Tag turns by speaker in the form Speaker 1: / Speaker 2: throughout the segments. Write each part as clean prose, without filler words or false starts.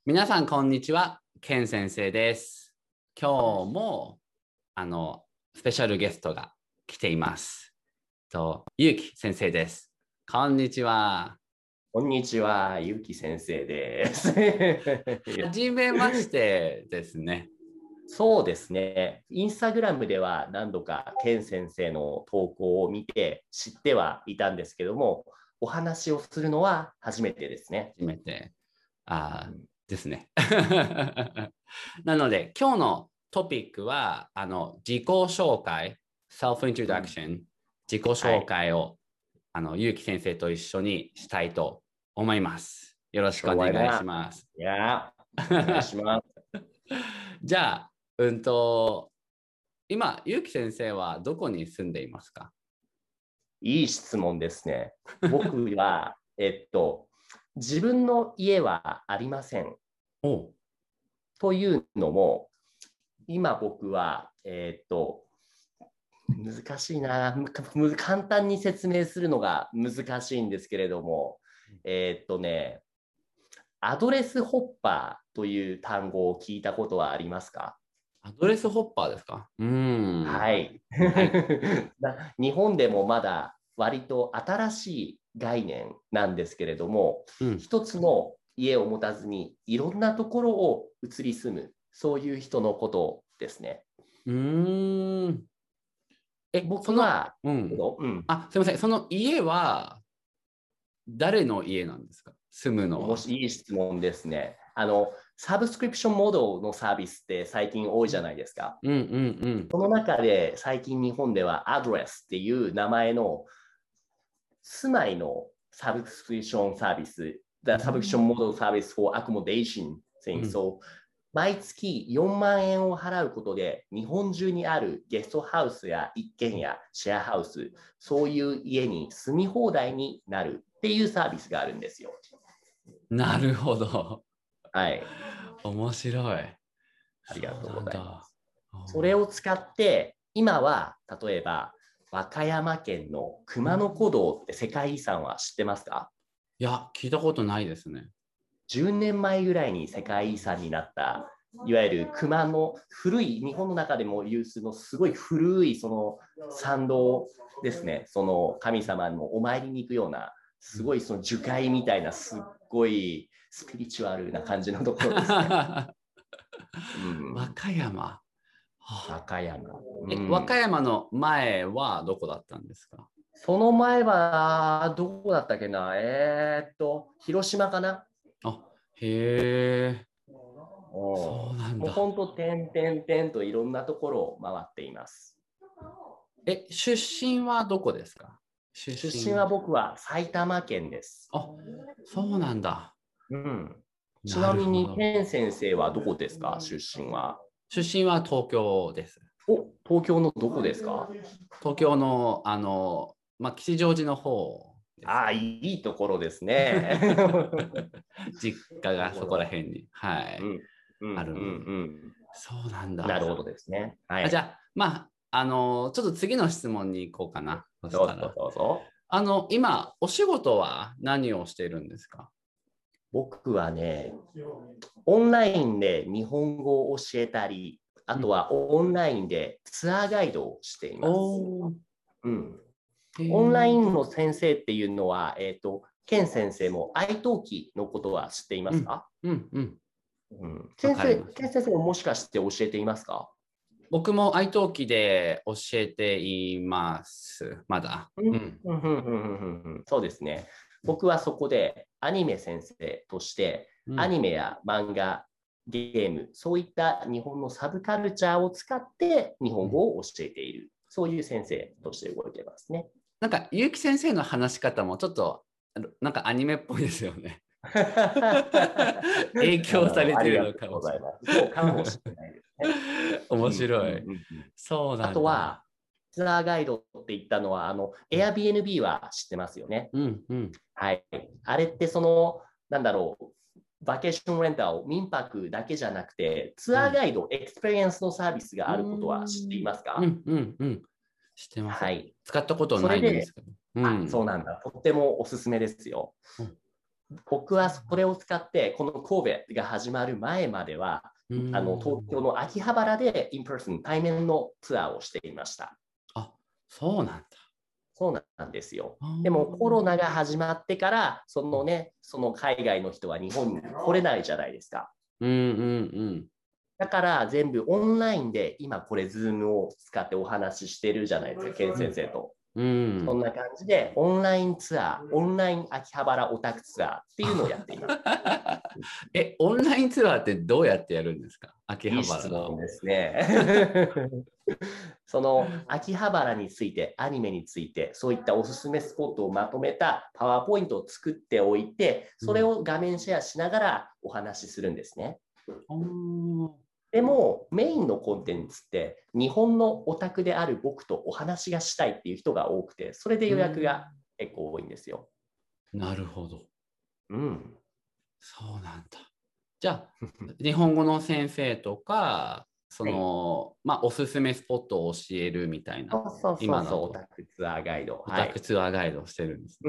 Speaker 1: 皆さん、こんにちは。ケン先生です。今日も、スペシャルゲストが来ています。ゆうき先生です。こんにちは。
Speaker 2: こんにちは、ゆうき先生です。
Speaker 1: はじめましてですね。
Speaker 2: そうですね。インスタグラムでは何度かケン先生の投稿を見て知ってはいたんですけども、お話をするのは初めてですね。
Speaker 1: 初めて。ですね。なので、今日のトピックは、自己紹介、self-introduction、自己紹介を、ゆうき先生と一緒にしたいと思います。よろしくお願いします。
Speaker 2: お願いします。
Speaker 1: じゃあ、今、ゆうき先生はどこに住んでいますか？
Speaker 2: いい質問ですね。僕は、自分の家はありません。
Speaker 1: お
Speaker 2: というのも、今僕は、難しいな。簡単に説明するのが難しいんですけれども、アドレスホッパーという単語を聞いたことはありますか？
Speaker 1: アドレスホッパーですか？
Speaker 2: はい。
Speaker 1: はい。
Speaker 2: 日本でもまだ割と新しい概念なんですけれども、一つの家を持たずにいろんなところを移り住む、そういう人のことですね。僕は、
Speaker 1: すみません。その家は誰の家なんですか？住むのは。
Speaker 2: いい質問ですね。サブスクリプションモデルのサービスって最近多いじゃないですか。その中で最近日本ではアドレスっていう名前の住まいのサブスクリプションサービス、The Subscription Model Service for Accommodation thing. So 毎月4万円を払うことで、日本中にあるゲストハウスや一軒家、シェアハウス、そういう家に住み放題になるっていうサービスがあるんですよ。
Speaker 1: なるほど。
Speaker 2: はい。
Speaker 1: 面白い。
Speaker 2: ありがとうございます。そ
Speaker 1: そ
Speaker 2: れを使って、今は例えば和歌山県の熊野古道って世界遺産は知ってますか？
Speaker 1: いや、聞いたことないですね。
Speaker 2: 10年前ぐらいに世界遺産になった、いわゆる熊の古い、日本の中でも有数のすごい古いその参道ですね、その神様のお参りに行くような、すごいその樹海みたいな、すっごいスピリチュアルな感じのところですね。
Speaker 1: 和歌山。
Speaker 2: 和歌山。
Speaker 1: 和歌山の前はどこだったんですか？
Speaker 2: その前は、どこだったっけな？広島かな？
Speaker 1: へえ。
Speaker 2: そうなんだ。もう本当、点々といろんなところを回っています。
Speaker 1: 出身はどこですか？
Speaker 2: 出身は僕は埼玉県です。
Speaker 1: そうなんだ。
Speaker 2: ちなみに、ケン先生はどこですか？出身は。
Speaker 1: 出身は東京です。
Speaker 2: 東京のどこですか？
Speaker 1: 東京の、吉祥寺の方です。
Speaker 2: いいところですね。
Speaker 1: 実家がそこら辺に、はい、ある。そうなんだ。
Speaker 2: なるほどですね。
Speaker 1: じゃあ、ちょっと次の質問に行こうかな。
Speaker 2: どうぞ。
Speaker 1: 今、お仕事は何をしているんですか？
Speaker 2: 僕はね、オンラインで日本語を教えたり、あとはオンラインでツアーガイドをしています。オンラインの先生っていうのは、ケン先生もiTalkiのことは知っていますか？ケン先生ももしかして教えていますか？
Speaker 1: 僕もiTalkiで教えています、まだ。
Speaker 2: そうですね。僕はそこでアニメ先生として、アニメや漫画、ゲーム、そういった日本のサブカルチャーを使って日本語を教えている、そういう先生として動いてますね。
Speaker 1: なんか、結城先生の話し方もちょっと、なんかアニメっぽいですよね。影響されてるのかもしれない。
Speaker 2: そうかもしれないですね。
Speaker 1: 面白い。そうなんだ。
Speaker 2: あとは、ツアーガイドって言ったのは、Airbnb は知ってますよね。はい。あれってなんだろう、バケーションレンタル、民泊だけじゃなくて、ツアーガイド、エクスペリエンスのサービスがあることは知っていますか？
Speaker 1: 知ってます。
Speaker 2: はい。
Speaker 1: 使ったことないんですけど。
Speaker 2: そうなんだ。とってもおすすめですよ。 僕はそれを使って、この神戸が始まる前までは、東京の秋葉原でインパーソン対面のツアーをしていました。
Speaker 1: あ、そうなんだ。
Speaker 2: そうなんですよ。でもコロナが始まってから、その海外の人は日本に来れないじゃないですか。だから全部オンラインで、今これ Zoom を使ってお話ししてるじゃないですか、ケン先生と。そんな感じで、オンラインツアー、オンライン秋葉原オタクツアーっていうのをやっています。
Speaker 1: オンラインツアーってどうやってやるんですか？秋葉原。
Speaker 2: いい質問ですね。その秋葉原について、アニメについて、そういったおすすめスポットをまとめたパワーポイントを作っておいて、それを画面シェアしながらお話しするんですね。でもメインのコンテンツって日本のオタクである僕とお話がしたいっていう人が多くて、それで予約が結構多いんですよ。
Speaker 1: なるほど。
Speaker 2: そう
Speaker 1: なんだ。じゃあ日本語の先生とかおすすめスポットを教えるみたいな。
Speaker 2: 今のオタクツアーガイド。
Speaker 1: オタクツアーガイドをしてるんです
Speaker 2: ね。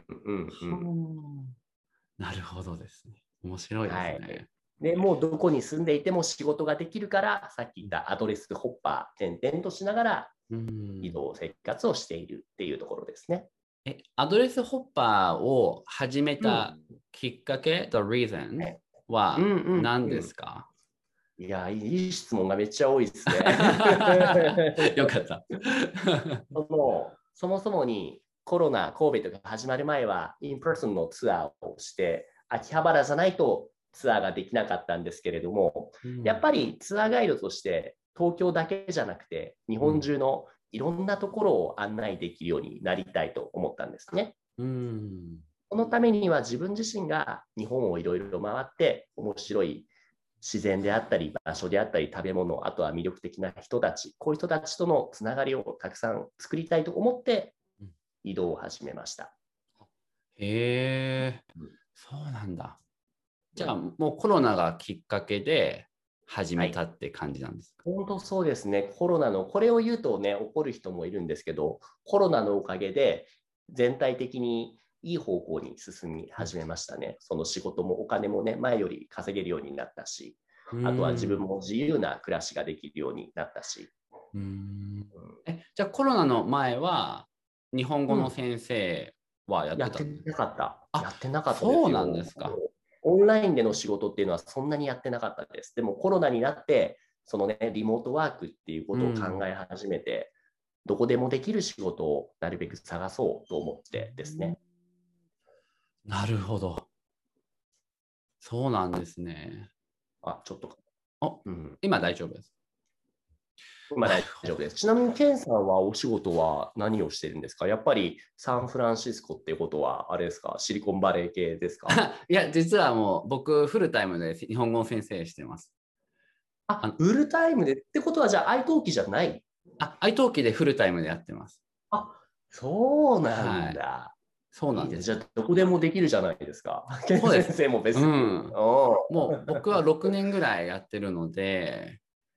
Speaker 1: なるほどですね。面白いですね。
Speaker 2: でもうどこに住んでいても仕事ができるから、さっき言ったアドレスホッパー、点々としながら移動生活をしているっていうところですね。
Speaker 1: アドレスホッパーを始めたきっかけ、the reason は何ですか？
Speaker 2: いや、いい質問がめっちゃ多いですね。
Speaker 1: よかった。
Speaker 2: そもそもにコロナ、神戸とか始まる前は、インパーソンのツアーをして、秋葉原じゃないとツアーができなかったんですけれども、やっぱりツアーガイドとして東京だけじゃなくて日本中のいろんなところを案内できるようになりたいと思ったんですね。そのためには自分自身が日本をいろいろ回って面白い自然であったり場所であったり食べ物、あとは魅力的な人たち、こういう人たちとのつながりをたくさん作りたいと思って移動を始めました。
Speaker 1: へえ、そうなんだ。じゃあもうコロナがきっかけで始めたって感じなんですか？
Speaker 2: 本当そうですね。コロナの、これを言うとね、怒る人もいるんですけど、コロナのおかげで全体的にいい方向に進み始めましたね。その仕事もお金もね、前より稼げるようになったし、あとは自分も自由な暮らしができるようになったし。
Speaker 1: じゃあコロナの前は日本語の先生はやってた？
Speaker 2: やってなかった。やってなかったですよ。
Speaker 1: そうなんですか。
Speaker 2: オンラインでの仕事っていうのはそんなにやってなかったです。でもコロナになって、そのね、リモートワークっていうことを考え始めて、どこでもできる仕事をなるべく探そうと思ってですね。
Speaker 1: なるほど。そうなんですね。
Speaker 2: ちょっと。
Speaker 1: 今大丈夫です。
Speaker 2: 今大丈夫です。ちなみに、ケンさんはお仕事は何をしてるんですか？やっぱりサンフランシスコっていうことは、あれですか？シリコンバレー系ですか？
Speaker 1: いや、実はもう僕、フルタイムで日本語先生してます。
Speaker 2: フルタイムでってことは、じゃあ、iTalki じゃない？
Speaker 1: iTalki でフルタイムでやってます。
Speaker 2: そうなんだ。
Speaker 1: そうなんです。
Speaker 2: じゃあ、どこでもできるじゃないですか。ケン先生も別に。
Speaker 1: もう僕は6年ぐらいやってるので、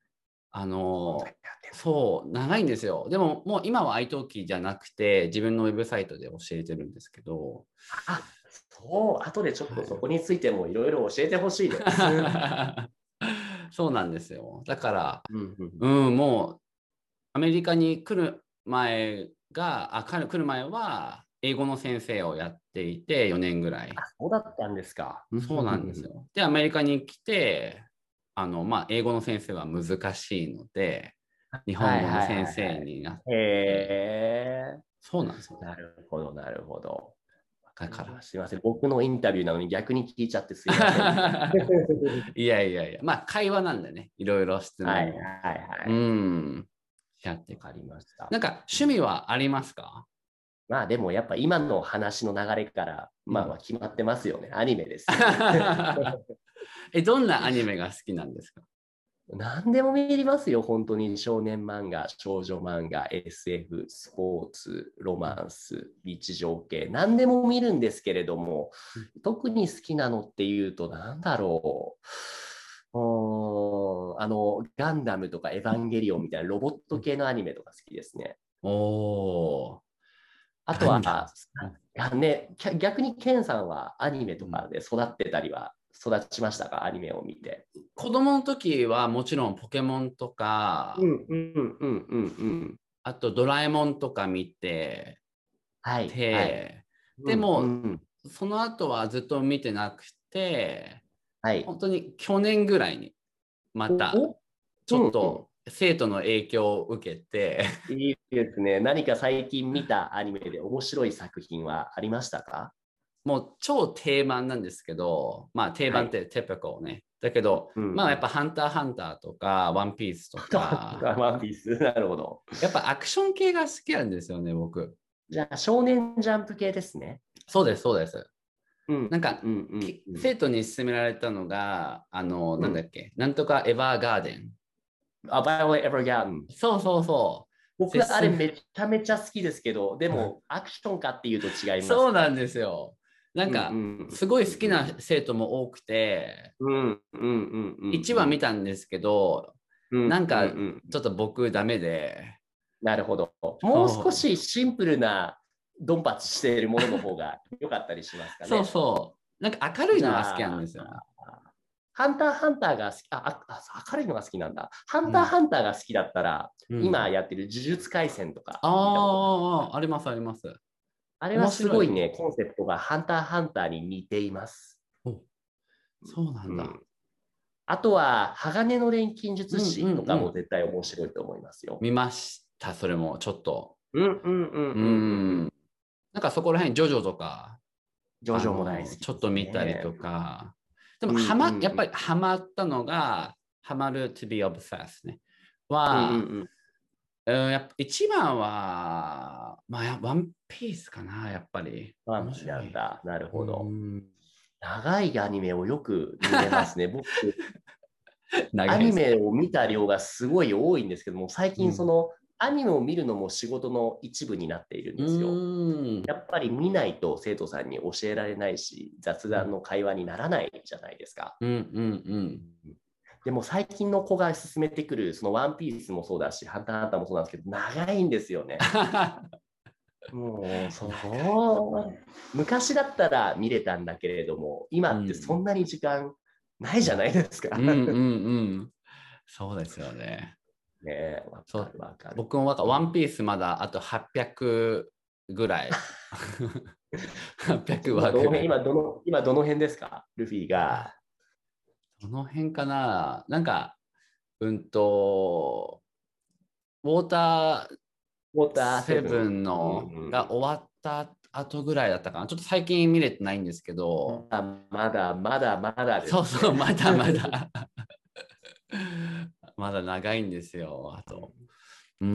Speaker 1: そう、長いんですよ。でも、もう今は iTalki じゃなくて、自分のウェブサイトで教えてるんですけど。
Speaker 2: そう、後でちょっとそこについてもいろいろ教えてほしいです。
Speaker 1: そうなんですよ。だから、もう、アメリカに来る前は、英語の先生をやっていて、4年ぐらい。
Speaker 2: そうだったんですか。
Speaker 1: そうなんですよ。で、アメリカに来て、英語の先生は難しいので、日本語の先生になって。そうなんですよ。
Speaker 2: なるほど、なるほど。
Speaker 1: だから
Speaker 2: すいません。僕のインタビューなのに逆に聞いちゃってすいません。
Speaker 1: いやいやいや、会話なんでね、いろいろ質問を。やって
Speaker 2: わかりました。
Speaker 1: なんか趣味はありますか？
Speaker 2: でもやっぱ今の話の流れから、決まってますよね。アニメです。
Speaker 1: どんなアニメが好きなんですか？
Speaker 2: 何でも見ますよ、本当に。少年漫画、少女漫画、SF、スポーツ、ロマンス、日常系、何でも見るんですけれども、特に好きなのっていうと、なんだろう。ガンダムとかエヴァンゲリオンみたいなロボット系のアニメとか好きですね。
Speaker 1: おー。
Speaker 2: あとは、 やね、逆にケンさんはアニメとかで育ってたりは育ちましたか、アニメを見て。
Speaker 1: 子供の時はもちろんポケモンとか、
Speaker 2: うんうんうんうんうん。
Speaker 1: あとドラえもんとか見て
Speaker 2: はいはい。
Speaker 1: て、で
Speaker 2: うんう
Speaker 1: も
Speaker 2: ん。
Speaker 1: その後はずっと見てなくて、
Speaker 2: はい。
Speaker 1: 本当に去年ぐらいにまた
Speaker 2: お
Speaker 1: ち
Speaker 2: うんうん。
Speaker 1: ょっと生徒の影響を受けて、
Speaker 2: いいですね。何か最近見たアニメで面白い作品はありましたか？
Speaker 1: もう超定番なんですけど、まあ定
Speaker 2: はい。
Speaker 1: 番ってテピカルね。だけど、まあやっ
Speaker 2: うんうん。
Speaker 1: ぱハンターハンターとか、ワンピースとか、
Speaker 2: ワンピース。なるほど。
Speaker 1: やっぱアクション系が好きなんですよね、僕。
Speaker 2: じゃあ、少年ジャンプ系ですね。
Speaker 1: そうです、そうです。
Speaker 2: うん
Speaker 1: なんか、
Speaker 2: うんうんうん。
Speaker 1: 生徒に勧められたのが、
Speaker 2: うん。
Speaker 1: なんだっけ、なんとかエヴァーガーデン。
Speaker 2: あ、バイオレット・エヴァーガーデン。
Speaker 1: そうそうそう。
Speaker 2: 僕、あれめちゃめちゃ好きですけど、でも、アクションかっていうと違いますね。
Speaker 1: そうなんですよ。なん
Speaker 2: うんう
Speaker 1: か、
Speaker 2: ん
Speaker 1: すごい好きな
Speaker 2: うん
Speaker 1: 生徒も多くて、
Speaker 2: うんうんうんうん
Speaker 1: 1話見
Speaker 2: うん
Speaker 1: たんですけど、
Speaker 2: うん
Speaker 1: なんか、
Speaker 2: うんうん。
Speaker 1: ちょっと僕ダメで、
Speaker 2: なるほど。もう少しシンプルなドンパチしているものの方が良かったりしますか
Speaker 1: そう
Speaker 2: ね。
Speaker 1: そう。なんか明るい
Speaker 2: じ
Speaker 1: のが好きなん
Speaker 2: ゃあ、
Speaker 1: ですよね。
Speaker 2: ハンターハンターが好き、明るいのが好きなんだ。ハンター
Speaker 1: うん。
Speaker 2: ハンターが好きだったら、
Speaker 1: うん。
Speaker 2: 今やってる呪術廻戦とか見たことない。
Speaker 1: ああ、あります、あります。
Speaker 2: あれは
Speaker 1: 面白い。
Speaker 2: すごいね、コンセプトがハンターハンターに似ています。
Speaker 1: お、そうなんだ。
Speaker 2: うん。あとは、鋼の錬金術
Speaker 1: うんうん
Speaker 2: 師とかも
Speaker 1: うん。
Speaker 2: 絶対面白いと思いますよ。
Speaker 1: 見ました、それも、ちょっと。
Speaker 2: うんうんうん
Speaker 1: う
Speaker 2: うんうんうん。
Speaker 1: ん。なんかそこら辺、ジョジョとか、
Speaker 2: ジョジョも大好きです
Speaker 1: ちょっと見たり
Speaker 2: ね。
Speaker 1: とか。でも、
Speaker 2: うんうん
Speaker 1: やっ
Speaker 2: うん
Speaker 1: ぱりハマったのが、ハマる to be obsessed ね。
Speaker 2: うんうん
Speaker 1: は、
Speaker 2: うん。
Speaker 1: やっぱ一番は、まあ、ワンピースかな、やっぱり。面
Speaker 2: ワンピ
Speaker 1: 白い。
Speaker 2: なんだ。なる
Speaker 1: う
Speaker 2: ほど。
Speaker 1: ん。
Speaker 2: 長いアニメをよく見れますね。僕、ア
Speaker 1: 長いです。
Speaker 2: ニメを見た量がすごい多いんですけども、最
Speaker 1: うん。
Speaker 2: 近そのアニメを見るのも仕事の一部になっているん
Speaker 1: う
Speaker 2: ですよ。
Speaker 1: ーん。
Speaker 2: やっぱり見ないと生徒さんに教えられないし、雑談
Speaker 1: うん
Speaker 2: の会話にならないじゃないですか。
Speaker 1: うんうん
Speaker 2: でも最近の子が進めてくる、そのワンピースもそうだし、ハンターハンターもそうなんですけど、長いんですよね。もう、昔だったら見れたんだけれども、今
Speaker 1: うん。う
Speaker 2: ってそん
Speaker 1: ん。
Speaker 2: なに時間ないじゃないですか。
Speaker 1: うんうんうん。そうですよね。
Speaker 2: ねえ、わか
Speaker 1: そう。
Speaker 2: るわかる。
Speaker 1: 僕もなんか
Speaker 2: うん、
Speaker 1: ワンピースまだあと800ぐらい。800
Speaker 2: 今どの辺、
Speaker 1: 話ぐらい。
Speaker 2: 今どの辺ですか、ルフィが。
Speaker 1: どの辺かな、なんか、うんと、ウォーター
Speaker 2: ウォーターセ
Speaker 1: セブ
Speaker 2: ブン。
Speaker 1: ンのが
Speaker 2: うん
Speaker 1: 終わった後ぐらいだったかな。ちょっと最近見れてないんですけど、
Speaker 2: うん、まだですね。
Speaker 1: そうそう、まだまだまだ長いんですよ、あと。うん、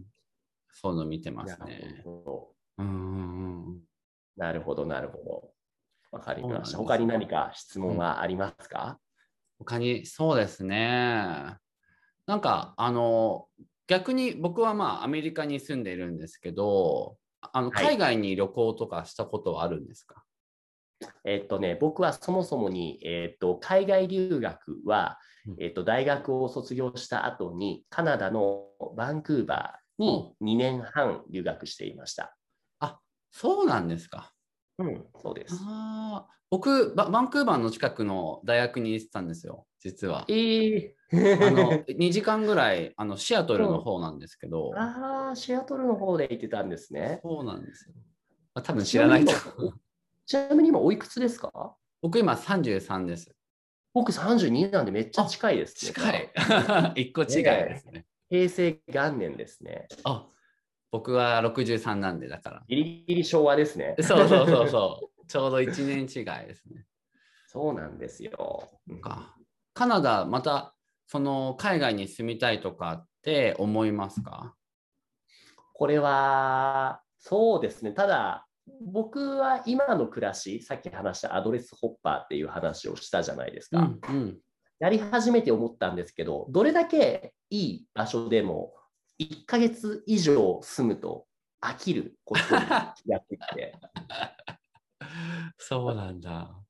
Speaker 1: そういうの見てま
Speaker 2: なる
Speaker 1: すね。
Speaker 2: ほど。
Speaker 1: うんうんうん。
Speaker 2: なるほど、なるほど。わかり
Speaker 1: そう
Speaker 2: ました。
Speaker 1: なんですよ。
Speaker 2: 他に何か質
Speaker 1: うん。
Speaker 2: 問はありますか？
Speaker 1: 他に、そうですね。なんか、逆に僕はまあアメリカに住んでいるんですけど、海
Speaker 2: はい。
Speaker 1: 外に旅行とかしたことはあるんですか？
Speaker 2: 僕はそもそもに、海外留学は、
Speaker 1: うん。
Speaker 2: 大学を卒業した後に、カナダのバンクーバーに
Speaker 1: お、
Speaker 2: 2年半留学していました。
Speaker 1: あ、そうなんですか。
Speaker 2: うん、そうです。
Speaker 1: 僕バンクーバーの近くの大学に行ってたんですよ、実は。
Speaker 2: えー、
Speaker 1: 2時間ぐらいシアトルの
Speaker 2: うん。
Speaker 1: 方なんですけど、
Speaker 2: ああ、シアトルの方で行ってたんですね。
Speaker 1: そうなんですよ。まあ、多分知らないと。
Speaker 2: ちなみに今、ちなみに今おいくつですか？
Speaker 1: 僕今33です。
Speaker 2: 僕32なんでめっちゃ
Speaker 1: あ、
Speaker 2: 近いですね、じゃあ。
Speaker 1: 近い。一個違いで
Speaker 2: ね
Speaker 1: すね。
Speaker 2: え、平成元年ですね。
Speaker 1: あ、僕は63なんで、だか
Speaker 2: ギリギリ昭和ですね。
Speaker 1: ら。そうそうそうそう。ちょうど1年違いですね。
Speaker 2: そうなんですよ。
Speaker 1: なんかカナダ、またその海外に住みたいとかって思いますか？
Speaker 2: これは、そうですね。ただ、僕は今の暮らし、さっき話したアドレスホッパーっていう話をしたじゃないです
Speaker 1: う
Speaker 2: か。
Speaker 1: んうん。
Speaker 2: やり始めて思ったんですけど、どれだけいい場所でも1ヶ月以上住むと飽きることに気がついて、
Speaker 1: そうなんだ。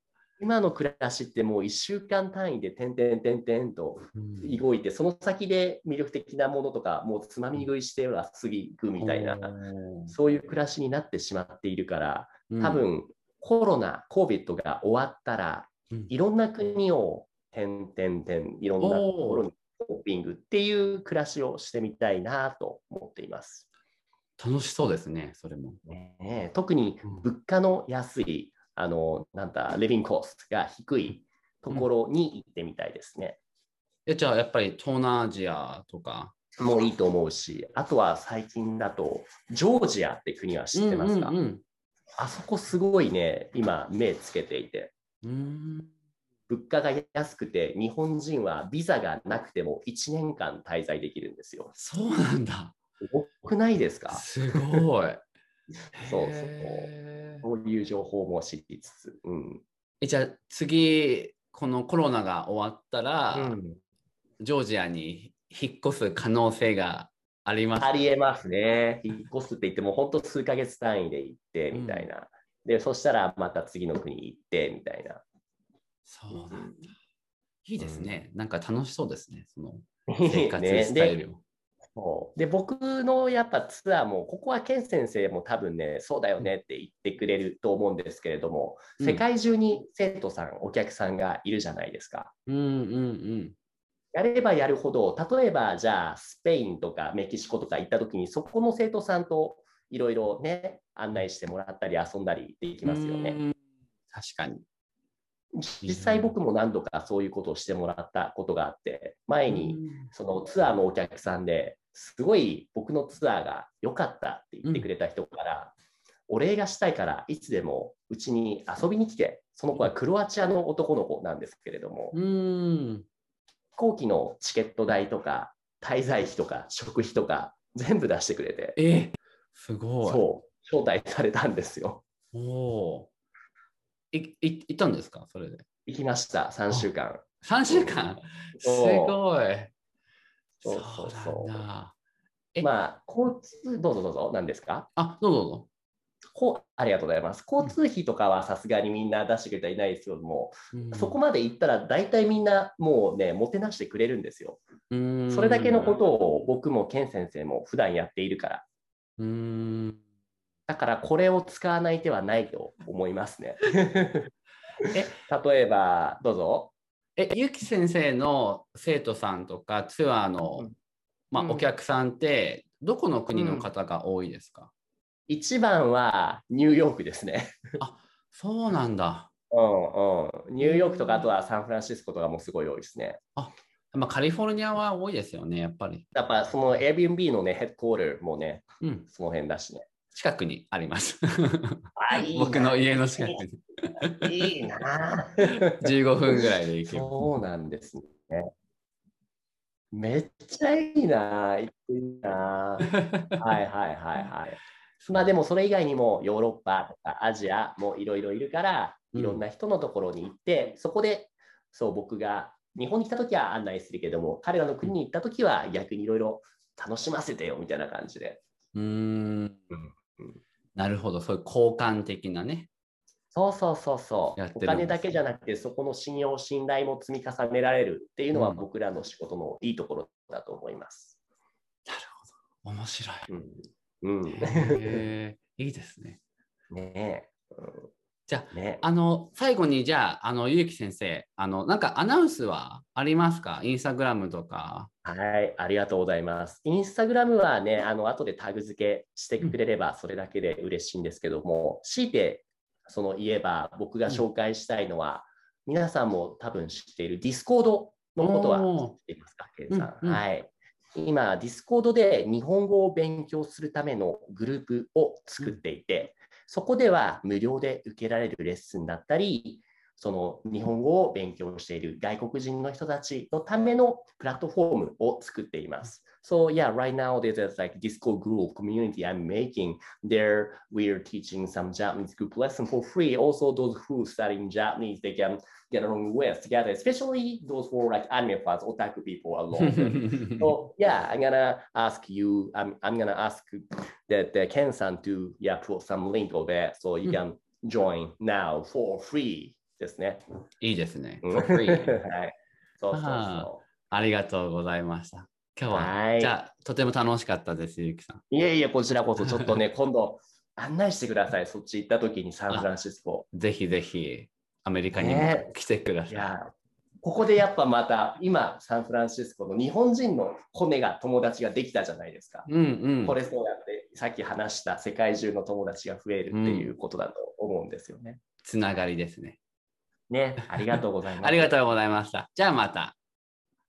Speaker 2: 今の暮らしってもう1週間単位で点々と動いて、その先で魅力的なものとか、もうつまみ食いしては次行くみたいな、そういう暮らしになってしまっているから、多分コロナ、COVID が終わったら、いろんな国を点々、いろんなところにショッピングっていう暮らしをしてみたいなと思っています。
Speaker 1: 楽しそうですね、それも。
Speaker 2: 特に物価の安い、リビングコストが低いところに行ってみたいですね。
Speaker 1: じゃあ、やっぱり東南アジアとか
Speaker 2: もういいと思うし、あとは最近だと、ジョージアって国は知ってますか？あそこすごいね、今目つけていて。物価が安くて、日本人はビザがなくても1年間滞在できるんですよ。
Speaker 1: そうなんだ。
Speaker 2: 多くないですか？
Speaker 1: すごい。
Speaker 2: そう。そういう情報も知りつつ。
Speaker 1: じゃあ次、このコロナが終わったら、ジョージアに引っ越す可能性がありますか？
Speaker 2: ありえますね。引っ越すって言っても、本当数ヶ月単位で行ってみたいな。で、そしたらまた次の国行ってみたいな。
Speaker 1: そうなんだ。いいですね。なんか楽しそうですね。その生活スタイルも。
Speaker 2: で、僕のやっぱツアーも、ここはケン先生も多分ね、そうだよねって言ってくれると思うんですけれども、世界中に生徒さん、お客さんがいるじゃないですか。やればやるほど、例えばじゃあスペインとかメキシコとか行った時に、そこの生徒さんといろいろね、案内してもらったり遊んだりできますよね。
Speaker 1: 確かに。
Speaker 2: 実際僕も何度かそういうことをしてもらったことがあって、前にそのツアーのお客さんですごい僕のツアーが良かったって言ってくれた人から、お礼がしたいからいつでもうちに遊びに来て、その子はクロアチアの男の子なんですけれども、飛行機のチケット代とか滞在費とか食費とか全部出してくれて、
Speaker 1: すごい。
Speaker 2: そう招待されたんですよ。
Speaker 1: 行ったんですか？それで
Speaker 2: 行きました。3週間。
Speaker 1: 3週間すごい。
Speaker 2: そうまあ、交通、どうぞ、何ですか？
Speaker 1: どうぞ。
Speaker 2: ありがとうございます。交通費とかはさすがにみんな出してくれてはいないですけども、そこまで行ったら大体みんなもうね、もてなしてくれるんですよ。それだけのことを僕もケン先生も普段やっているから。だからこれを使わない手はないと思いますね。例えば、どうぞ。
Speaker 1: ゆき先生の生徒さんとかツアーの、お客さんってどこの国の方が多いですか？
Speaker 2: 一番はニューヨークですね。
Speaker 1: そうなんだ。
Speaker 2: ニューヨークとかあとはサンフランシスコとかもすごい多いですね。
Speaker 1: カリフォルニアは多いですよね、やっぱり。
Speaker 2: やっぱその Airbnb のね、ヘッドクォーターもね、その辺だしね。
Speaker 1: 近くにあります。
Speaker 2: いい
Speaker 1: 僕の家の近く
Speaker 2: に。いいな。
Speaker 1: 15分ぐらいで行ける。
Speaker 2: そうなんですね。めっちゃいいな。行っていいな。まあでもそれ以外にもヨーロッパとかアジアもいろいろいるから、いろんな人のところに行って、そこで僕が日本に来たときは案内するけども、彼らの国に行ったときは逆にいろいろ楽しませてよみたいな感じで。
Speaker 1: なるほど、そういう交換的なね。
Speaker 2: そう。お金だけじゃなくて、そこの信用、信頼も積み重ねられるっていうのは僕らの仕事のいいところだと思います。
Speaker 1: なるほど。面白い。いいですね。じゃあ、最後にじゃあ、ゆうき先生、なんかアナウンスはありますか？インスタグラムとか。
Speaker 2: はい、ありがとうございます。インスタグラムはね、後でタグ付けしてくれればそれだけで嬉しいんですけども、強いて言えば僕が紹介したいのは、皆さんも多分知っているディスコードのことは知っていますか、ケンさん。はい。今、ディスコードで日本語を勉強するためのグループを作っていて、そこでは無料で受けられるレッスンだったり、その日本語を勉強している外国人の人たちのためのプラットフォームを作っています。So yeah, right now there's like Discord group community I'm making. There we're teaching some Japanese group lesson for free. Also, those who studying Japanese, they can get along with together, especially those who are like anime fans, otaku people alone. So yeah, I'm gonna ask you. I'm gonna ask that Ken-san to put some link over there so you can join now for free. ですね。
Speaker 1: いいですね。
Speaker 2: For free はい。そうそうそう。
Speaker 1: ありがとうございました。今日は、じゃあ、とても楽しかったです、ゆうきさん。
Speaker 2: いえいえ、こちらこそ、ちょっとね、今度、案内してください。そっち行った時にサンフランシスコ。
Speaker 1: ぜひぜひ、アメリカにも来てください。
Speaker 2: いや、ここでやっぱまた、今、サンフランシスコの日本人の友達ができたじゃないですか。これそうやって、さっき話した世界中の友達が増えるっていうことだと思うんですよね。
Speaker 1: つながりですね。
Speaker 2: ね、ありがとうございます。
Speaker 1: ありがとうございました。じゃあまた。